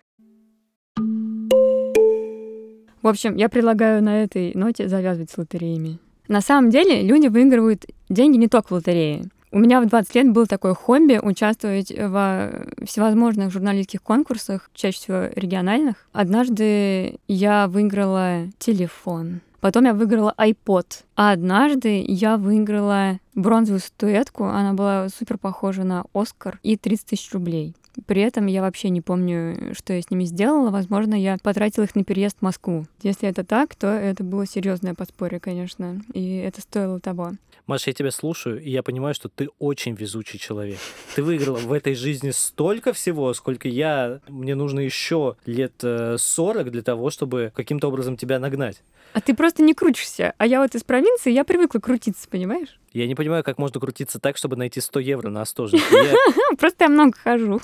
В общем, я предлагаю на этой ноте завязывать с лотереями. На самом деле, люди выигрывают деньги не только в лотерее. У меня в 20 лет был такое хобби участвовать во всевозможных журналистских конкурсах, чаще всего региональных. Однажды я выиграла телефон, потом я выиграла iPod, а однажды я выиграла бронзовую статуэтку, она была супер похожа на Оскар, и 30 000 рублей. При этом я вообще не помню, что я с ними сделала. Возможно, я потратила их на переезд в Москву. Если это так, то это было серьезное подспорье, конечно, и это стоило того. Маша, я тебя слушаю, и я понимаю, что ты очень везучий человек. Ты выиграла в этой жизни столько всего, сколько мне нужно еще лет 40 для того, чтобы каким-то образом тебя нагнать. А ты просто не крутишься. А я вот из провинции, я привыкла крутиться, понимаешь? Я не понимаю, как можно крутиться так, чтобы найти 100 евро на Остоженке. Просто я много хожу.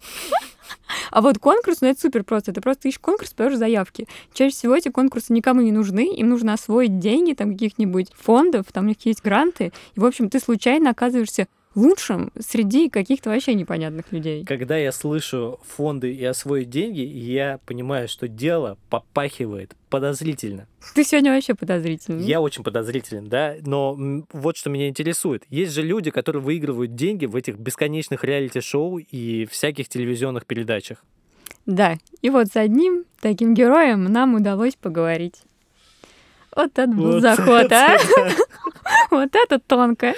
А вот конкурс, это супер просто. Ты просто ищешь конкурс, подаешь заявки. Чаще всего эти конкурсы никому не нужны. Им нужно освоить деньги там каких-нибудь фондов, там у них есть гранты. И, в общем, ты случайно оказываешься лучшим среди каких-то вообще непонятных людей. Когда я слышу фонды и освоить деньги, я понимаю, что дело попахивает подозрительно. Ты сегодня вообще подозрительный. Я очень подозрителен, да, но вот что меня интересует. Есть же люди, которые выигрывают деньги в этих бесконечных реалити-шоу и всяких телевизионных передачах. Да, и вот с одним таким героем нам удалось поговорить. Вот это был заход, а? Вот это тонко.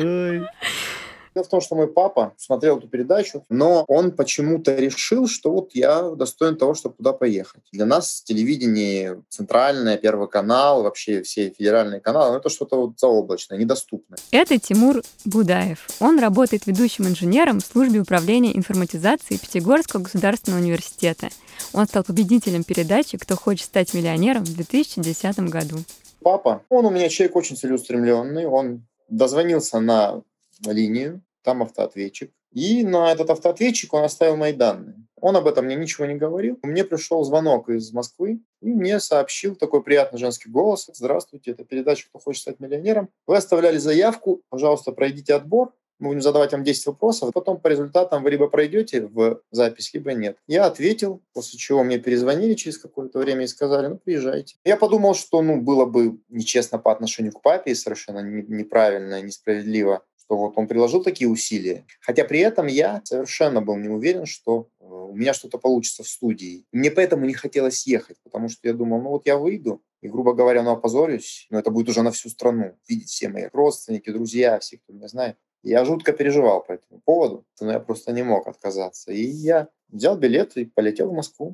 Дело в том, что мой папа смотрел эту передачу, но он почему-то решил, что вот я достоин того, чтобы туда поехать. Для нас телевидение центральное, Первый канал, вообще все федеральные каналы, это что-то вот заоблачное, недоступное. Это Тимур Будаев. Он работает ведущим инженером в службе управления информатизацией Пятигорского государственного университета. Он стал победителем передачи «Кто хочет стать миллионером» в 2010 году. Папа, он у меня человек очень целеустремленный, он дозвонился на линию, там автоответчик. И на этот автоответчик он оставил мои данные. Он об этом мне ничего не говорил. Мне пришел звонок из Москвы, и мне сообщил такой приятный женский голос: «Здравствуйте, это передача «Кто хочет стать миллионером». Вы оставляли заявку, пожалуйста, пройдите отбор. Мы будем задавать вам 10 вопросов, потом по результатам вы либо пройдете в запись, либо нет». Я ответил, после чего мне перезвонили через какое-то время и сказали: приезжайте. Я подумал, что было бы нечестно по отношению к папе и совершенно неправильно, несправедливо, что вот он приложил такие усилия. Хотя при этом я совершенно был не уверен, что у меня что-то получится в студии. Мне поэтому не хотелось ехать, потому что я думал, я выйду, и, грубо говоря, опозорюсь, но это будет уже на всю страну. Видеть все мои родственники, друзья, все, кто меня знает. Я жутко переживал по этому поводу, но я просто не мог отказаться. И я взял билет и полетел в Москву.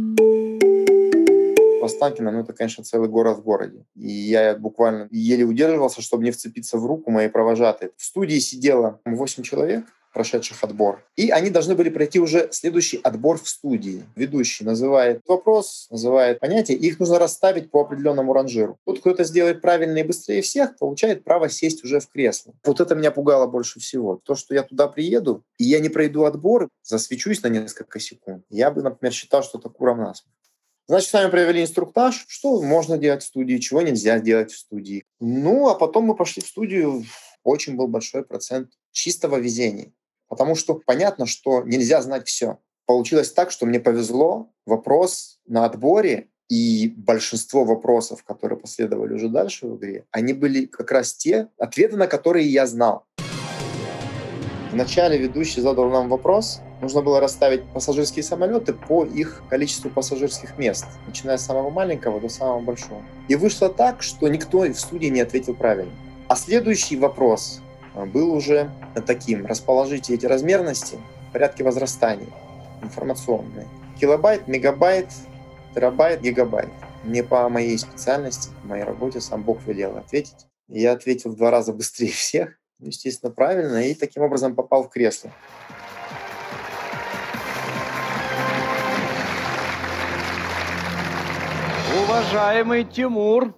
Останкино, это, конечно, целый город в городе. И я буквально еле удерживался, чтобы не вцепиться в руку моей провожатой. В студии сидело 8 человек, прошедших отбор. И они должны были пройти уже следующий отбор в студии. Ведущий называет вопрос, называет понятие, и их нужно расставить по определенному ранжиру. Тот, кто это сделает правильно и быстрее всех, получает право сесть уже в кресло. Вот это меня пугало больше всего. То, что я туда приеду, и я не пройду отбор, засвечусь на несколько секунд. Я бы, например, считал, что это кура в насмех. Значит, сами провели инструктаж, что можно делать в студии, чего нельзя делать в студии. А потом мы пошли в студию. Очень был большой процент чистого везения. Потому что понятно, что нельзя знать все. Получилось так, что мне повезло. Вопрос на отборе И большинство вопросов, которые последовали уже дальше в игре, они были как раз те ответы, на которые я знал. Вначале ведущий задал нам вопрос. Нужно было расставить пассажирские самолеты по их количеству пассажирских мест, начиная с самого маленького до самого большого. И вышло так, что никто в студии не ответил правильно. А следующий вопрос был уже таким. Расположите эти размерности в порядке возрастания информационные. Килобайт, мегабайт, терабайт, гигабайт. Мне по моей специальности, по моей работе сам Бог велел ответить. И я ответил в 2 раза быстрее всех, естественно, правильно, и таким образом попал в кресло. Уважаемый Тимур,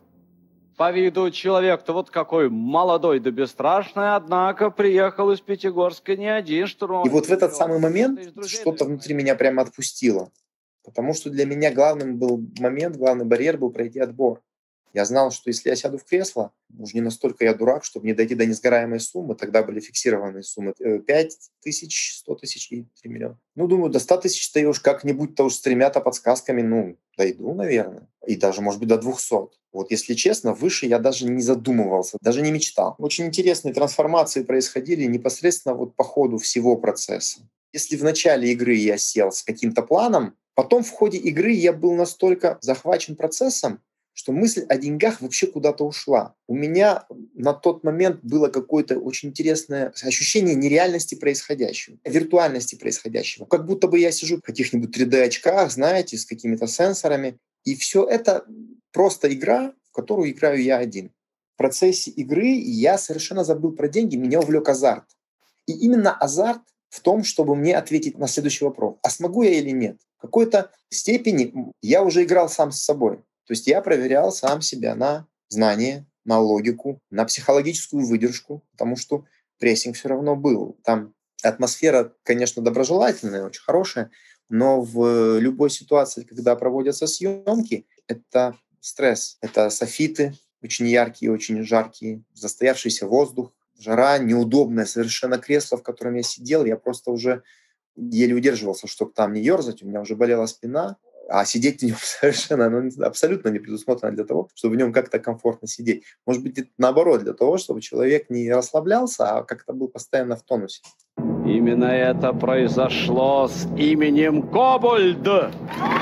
по виду человек-то вот какой молодой да бесстрашный, однако приехал из Пятигорска не один штурмовой. И вот в этот самый момент что-то внутри меня прямо отпустило. Потому что для меня главным был момент, главный барьер был пройти отбор. Я знал, что если я сяду в кресло, уж не настолько я дурак, чтобы не дойти до несгораемой суммы, тогда были фиксированные суммы 5 тысяч, 100 тысяч и 3 миллиона. Ну, думаю, до 100 тысяч-то я уж как-нибудь-то уж с 3-то подсказками, дойду, наверное. И даже, может быть, до 200. Вот, если честно, выше я даже не задумывался, даже не мечтал. Очень интересные трансформации происходили непосредственно вот по ходу всего процесса. Если в начале игры я сел с каким-то планом, потом в ходе игры я был настолько захвачен процессом, что мысль о деньгах вообще куда-то ушла. У меня на тот момент было какое-то очень интересное ощущение нереальности происходящего, виртуальности происходящего. Как будто бы я сижу в каких-нибудь 3D-очках, знаете, с какими-то сенсорами. И все это просто игра, в которую играю я один. В процессе игры я совершенно забыл про деньги, меня увлек азарт. И именно азарт в том, чтобы мне ответить на следующий вопрос. А смогу я или нет? В какой-то степени я уже играл сам с собой. То есть я проверял сам себя на знание, на логику, на психологическую выдержку, потому что прессинг все равно был. Там атмосфера, конечно, доброжелательная, очень хорошая, но в любой ситуации, когда проводятся съемки, это стресс, это софиты, очень яркие, очень жаркие, застоявшийся воздух, жара, неудобное совершенно кресло, в котором я сидел. Я просто уже еле удерживался, чтобы там не ерзать, у меня уже болела спина. А сидеть в нем совершенно, абсолютно не предусмотрено для того, чтобы в нем как-то комфортно сидеть. Может быть, это наоборот, для того, чтобы человек не расслаблялся, а как-то был постоянно в тонусе. Именно это произошло с именем Кобольд. Он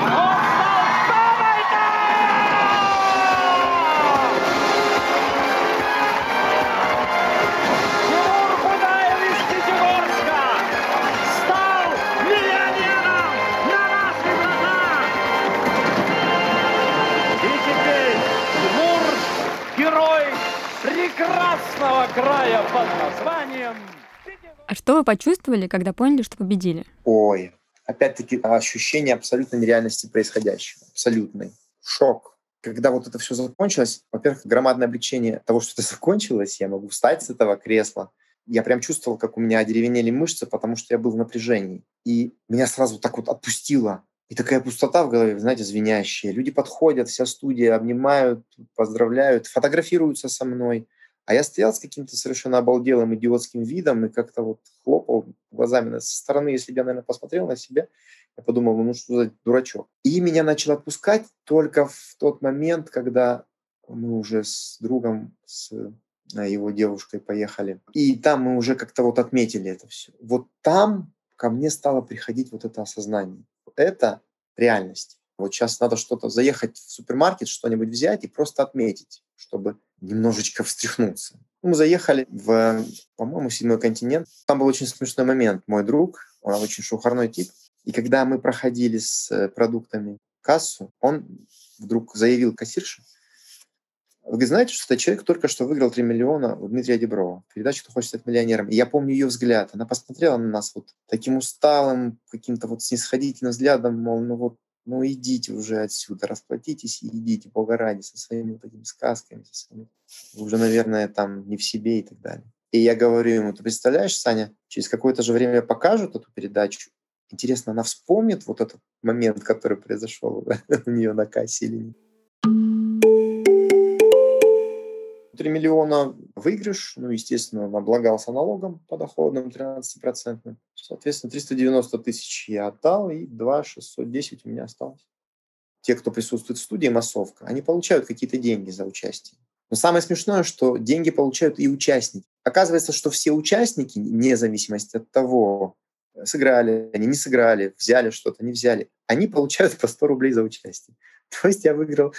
стал Тимур Худаев из Пятигорска стал миллионером на наших глазах. И теперь Тимур — герой прекрасного края под названием... А что вы почувствовали, когда поняли, что победили? Ой, опять-таки ощущение абсолютной нереальности происходящего. Абсолютный. Шок. Когда вот это все закончилось, во-первых, громадное облегчение того, что это закончилось, я могу встать с этого кресла. Я прям чувствовал, как у меня одеревенели мышцы, потому что я был в напряжении. И меня сразу так вот отпустило. И такая пустота в голове, знаете, звенящая. Люди подходят, вся студия обнимают, поздравляют, фотографируются со мной. А я стоял с каким-то совершенно обалделым идиотским видом и как-то вот хлопал глазами. Со стороны, если бы я, наверное, посмотрел на себя, я подумал, что за дурачок. И меня начал отпускать только в тот момент, когда мы уже с другом, с его девушкой поехали. И там мы уже как-то вот отметили это все. Вот там ко мне стало приходить вот это осознание. Это реальность. Вот сейчас надо что-то заехать в супермаркет, что-нибудь взять и просто отметить, чтобы немножечко встряхнуться. Мы заехали в, по-моему, 7-й континент. Там был очень смешной момент. Мой друг, он очень шухарной тип. И когда мы проходили с продуктами кассу, он вдруг заявил кассирше: вы знаете, что этот человек только что выиграл 3 миллиона у Дмитрия Диброва в передаче «Кто хочет стать миллионером». И я помню ее взгляд. Она посмотрела на нас вот таким усталым, каким-то вот снисходительным взглядом, мол, ну идите уже отсюда, расплатитесь и идите, Бога ради, со своими вот этими сказками, со своими... Вы уже, наверное, там не в себе и так далее. И я говорю ему: ты представляешь, Саня, через какое-то же время покажут эту передачу. Интересно, она вспомнит вот этот момент, который произошел у нее на кассе или нет? 3 миллиона выигрыш, естественно, он облагался налогом подоходным 13%. Соответственно, 390 тысяч я отдал, и 2 610 у меня осталось. те, кто присутствует в студии, массовка, они получают какие-то деньги за участие. Но самое смешное, что деньги получают и участники. Оказывается, что все участники, вне зависимости от того, сыграли они, не сыграли, взяли что-то, не взяли, они получают по 100 рублей за участие. То есть я выиграл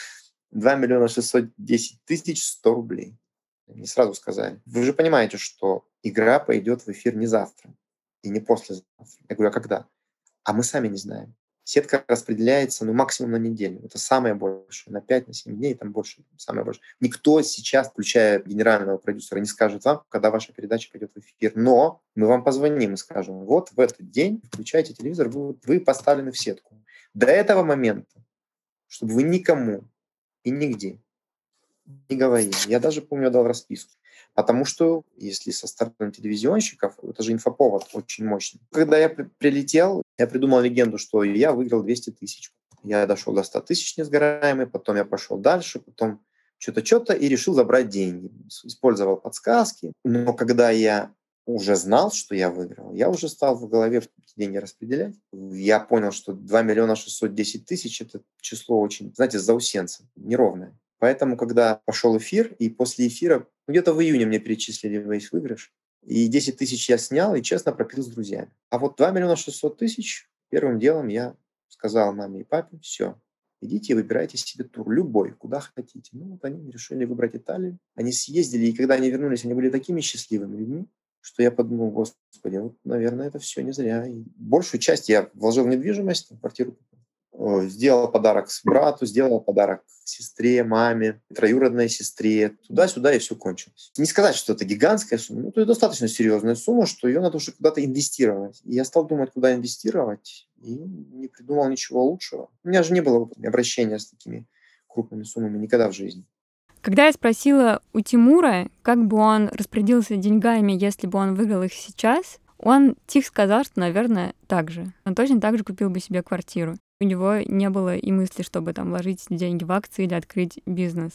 2 610 100 рублей. Мне сразу сказали: вы же понимаете, что игра пойдет в эфир не завтра и не послезавтра. Я говорю: а когда? А мы сами не знаем. Сетка распределяется максимум на неделю. Это самое большее. На 5, на 7 дней там больше. Самое большее. Никто сейчас, включая генерального продюсера, не скажет вам, когда ваша передача пойдет в эфир. Но мы вам позвоним и скажем: вот в этот день включайте телевизор, вы поставлены в сетку. До этого момента, чтобы вы никому и нигде не говорили. Я даже, помню, дал расписку. Потому что, если со стороны телевизионщиков, это же инфоповод очень мощный. Когда я прилетел, я придумал легенду, что я выиграл 200 тысяч. Я дошел до 100 тысяч несгораемый, потом я пошел дальше, потом что-то и решил забрать деньги. Использовал подсказки. Но когда я уже знал, что я выиграл, я уже стал в голове деньги распределять. Я понял, что 2 610 000 – это число очень, знаете, заусенцем, неровное. Поэтому, когда пошел эфир, и после эфира, где-то в июне мне перечислили весь выигрыш, и 10 тысяч я снял и честно пропил с друзьями. А вот 2 600 000 первым делом я сказал маме и папе: все, идите и выбирайте себе тур, любой, куда хотите. Вот они решили выбрать Италию. Они съездили, и когда они вернулись, они были такими счастливыми людьми, что я подумал: господи, вот, наверное, это все не зря. И большую часть я вложил в недвижимость, в квартиру. Сделал подарок брату, сделал подарок сестре, маме, троюродной сестре. Туда-сюда, и все кончилось. Не сказать, что это гигантская сумма, но это достаточно серьезная сумма, что ее надо уже куда-то инвестировать. И я стал думать, куда инвестировать, и не придумал ничего лучшего. У меня же не было обращения с такими крупными суммами никогда в жизни. Когда я спросила у Тимура, как бы он распорядился деньгами, если бы он выиграл их сейчас, он тихо сказал, что, наверное, так же. Он точно так же купил бы себе квартиру. У него не было и мысли, чтобы там вложить деньги в акции или открыть бизнес.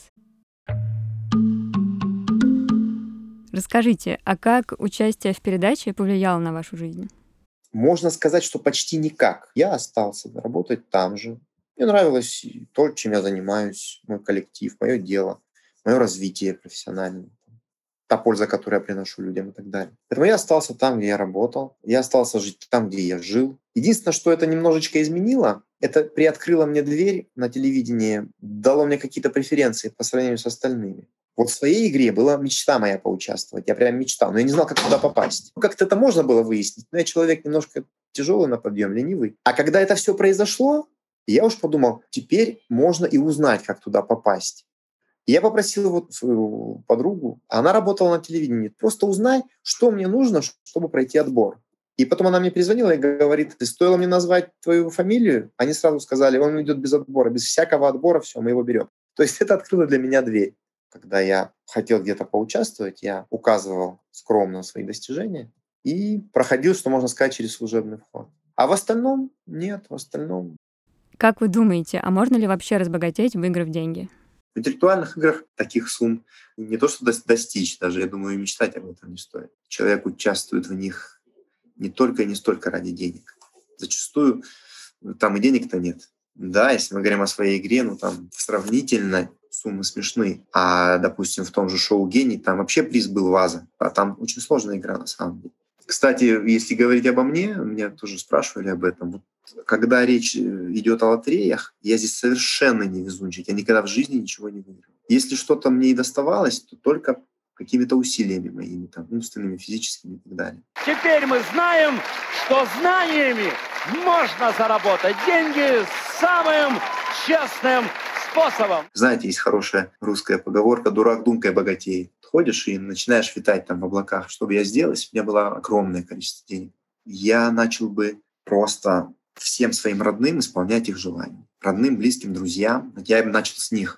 Расскажите, а как участие в передаче повлияло на вашу жизнь? Можно сказать, что почти никак. Я остался работать там же. Мне нравилось то, чем я занимаюсь, мой коллектив, мое дело, мое развитие профессиональное, та польза, которую я приношу людям и так далее. Поэтому я остался там, где я работал, я остался жить там, где я жил. Единственное, что это немножечко изменило, это приоткрыло мне дверь на телевидение, дало мне какие-то преференции по сравнению с остальными. Вот в своей игре была мечта моя поучаствовать. Я прям мечтал, но я не знал, как туда попасть. Как-то это можно было выяснить, но я человек немножко тяжелый на подъем, ленивый. А когда это все произошло, я уж подумал, теперь можно и узнать, как туда попасть. И я попросил вот свою подругу, она работала на телевидении, просто узнай, что мне нужно, чтобы пройти отбор. И потом она мне перезвонила и говорит: ты стоило мне назвать твою фамилию? Они сразу сказали: он идет без отбора, без всякого отбора, все, мы его берем. То есть это открыло для меня дверь. Когда я хотел где-то поучаствовать, я указывал скромно свои достижения и проходил, что можно сказать, через служебный вход. А в остальном нет, в остальном. Как вы думаете, а можно ли вообще разбогатеть, выиграв деньги? В интеллектуальных играх таких сумм не то что достичь, даже, я думаю, и мечтать об этом не стоит. Человек участвует в них не только и не столько ради денег. Зачастую там и денег-то нет. Да, если мы говорим о своей игре, там сравнительно суммы смешные. А, допустим, в том же шоу «Гений» там вообще приз был ваза. А там очень сложная игра на самом деле. Кстати, если говорить обо мне, меня тоже спрашивали об этом. Вот, когда речь идет о лотереях, я здесь совершенно не везунчик. Я никогда в жизни ничего не выиграл. Если что-то мне и доставалось, то только какими-то усилиями моими, умственными, физическими и так далее. Теперь мы знаем, что знаниями можно заработать деньги самым честным способом. Знаете, есть хорошая русская поговорка: «Дурак думкой богатеет». Ходишь и начинаешь витать в облаках. Что бы я сделал, если бы у меня было огромное количество денег? Я начал бы просто всем своим родным исполнять их желания. Родным, близким, друзьям. Я бы начал с них.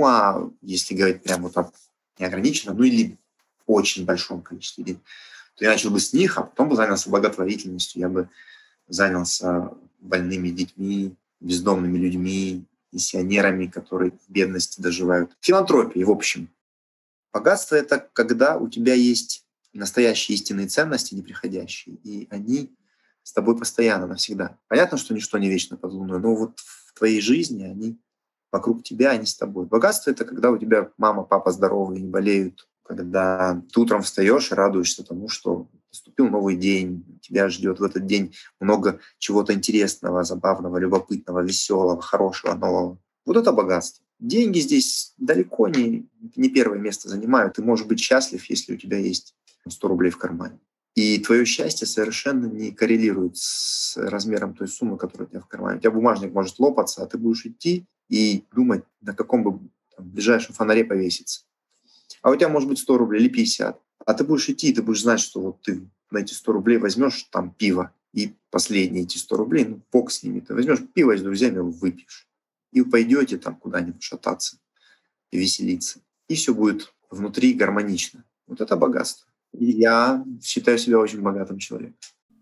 А если говорить прямо неограниченно, или в очень большом количестве денег, то я начал бы с них, а потом бы занялся благотворительностью. Я бы занялся больными детьми, бездомными людьми, пенсионерами, которые в бедности доживают. Филантропией, в общем. Богатство — это когда у тебя есть настоящие истинные ценности, неприходящие, и они с тобой постоянно, навсегда. Понятно, что ничто не вечно под луной, но вот в твоей жизни они вокруг тебя, они с тобой. Богатство — это когда у тебя мама, папа здоровые, не болеют, когда ты утром встаешь и радуешься тому, что наступил новый день, тебя ждет в этот день много чего-то интересного, забавного, любопытного, веселого, хорошего, нового. Вот это богатство. Деньги здесь далеко не первое место занимают. Ты можешь быть счастлив, если у тебя есть 100 рублей в кармане. И твое счастье совершенно не коррелирует с размером той суммы, которая у тебя в кармане. У тебя бумажник может лопаться, а ты будешь идти и думать, на каком бы ближайшем фонаре повеситься. А у тебя может быть 100 рублей или 50. А ты будешь идти, и ты будешь знать, что вот ты на эти 100 рублей возьмешь там пиво, и последние эти 100 рублей, бог с ними, ты возьмешь пиво и с друзьями выпьешь. И пойдете там куда-нибудь шататься и веселиться. И все будет внутри гармонично. Вот это богатство. И я считаю себя очень богатым человеком.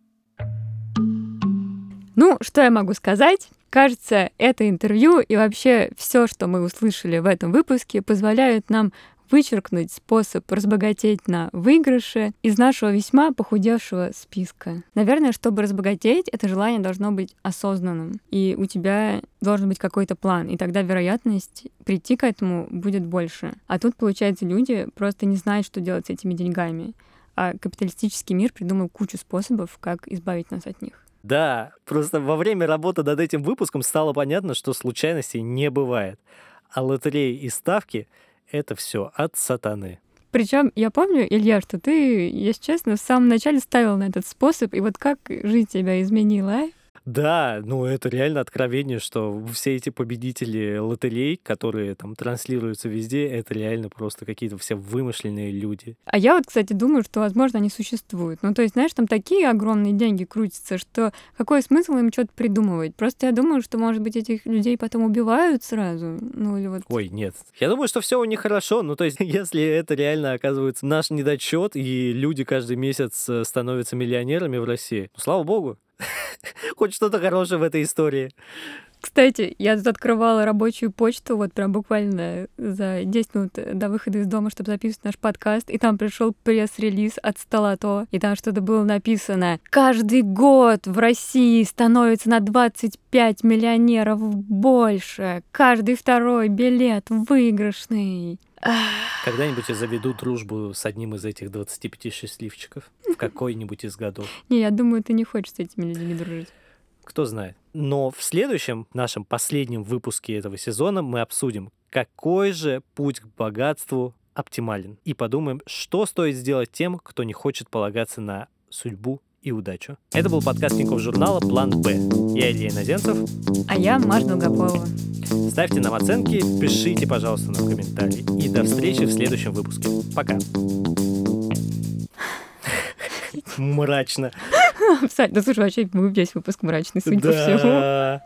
Ну, что я могу сказать? Кажется, это интервью и вообще все, что мы услышали в этом выпуске, позволяют нам вычеркнуть способ разбогатеть на выигрыше из нашего весьма похудевшего списка. Наверное, чтобы разбогатеть, это желание должно быть осознанным, и у тебя должен быть какой-то план, и тогда вероятность прийти к этому будет больше. А тут, получается, люди просто не знают, что делать с этими деньгами, а капиталистический мир придумал кучу способов, как избавить нас от них. Да, просто во время работы над этим выпуском стало понятно, что случайностей не бывает. А лотереи и ставки — это все от сатаны. Причем я помню, Илья, что ты, если честно, в самом начале ставил на этот способ, и вот как жизнь тебя изменила, а? Да, это реально откровение, что все эти победители лотерей, которые там транслируются везде, это реально просто какие-то все вымышленные люди. А я вот, кстати, думаю, что, возможно, они существуют. То есть, знаешь, там такие огромные деньги крутятся, что какой смысл им что-то придумывать? Просто я думаю, что, может быть, этих людей потом убивают сразу. Или вот... Ой, нет. Я думаю, что все у них хорошо. То есть, если это реально оказывается наш недочет, и люди каждый месяц становятся миллионерами в России, слава богу. Хоть что-то хорошее в этой истории. Кстати, я тут открывала рабочую почту вот прям буквально за 10 минут до выхода из дома, чтобы записывать наш подкаст, и там пришел пресс-релиз от Столото, и там что-то было написано: каждый год в России становится на 25 миллионеров больше, каждый второй билет выигрышный. Когда-нибудь я заведу дружбу с одним из этих 25 счастливчиков в какой-нибудь из годов. Не, я думаю, ты не хочешь с этими людьми дружить. Кто знает. Но в следующем, нашем последнем выпуске этого сезона мы обсудим, какой же путь к богатству оптимален. И подумаем, что стоит сделать тем, кто не хочет полагаться на судьбу и удачу. Это был подкаст Тинькофф журнала «План Б». Я Илья Иноземцев. А я Маша Долгополова. Ставьте нам оценки, пишите, пожалуйста, нам комментарии. И до встречи в следующем выпуске. Пока. Мрачно. Слушай, вообще весь выпуск мрачный, судя по всему.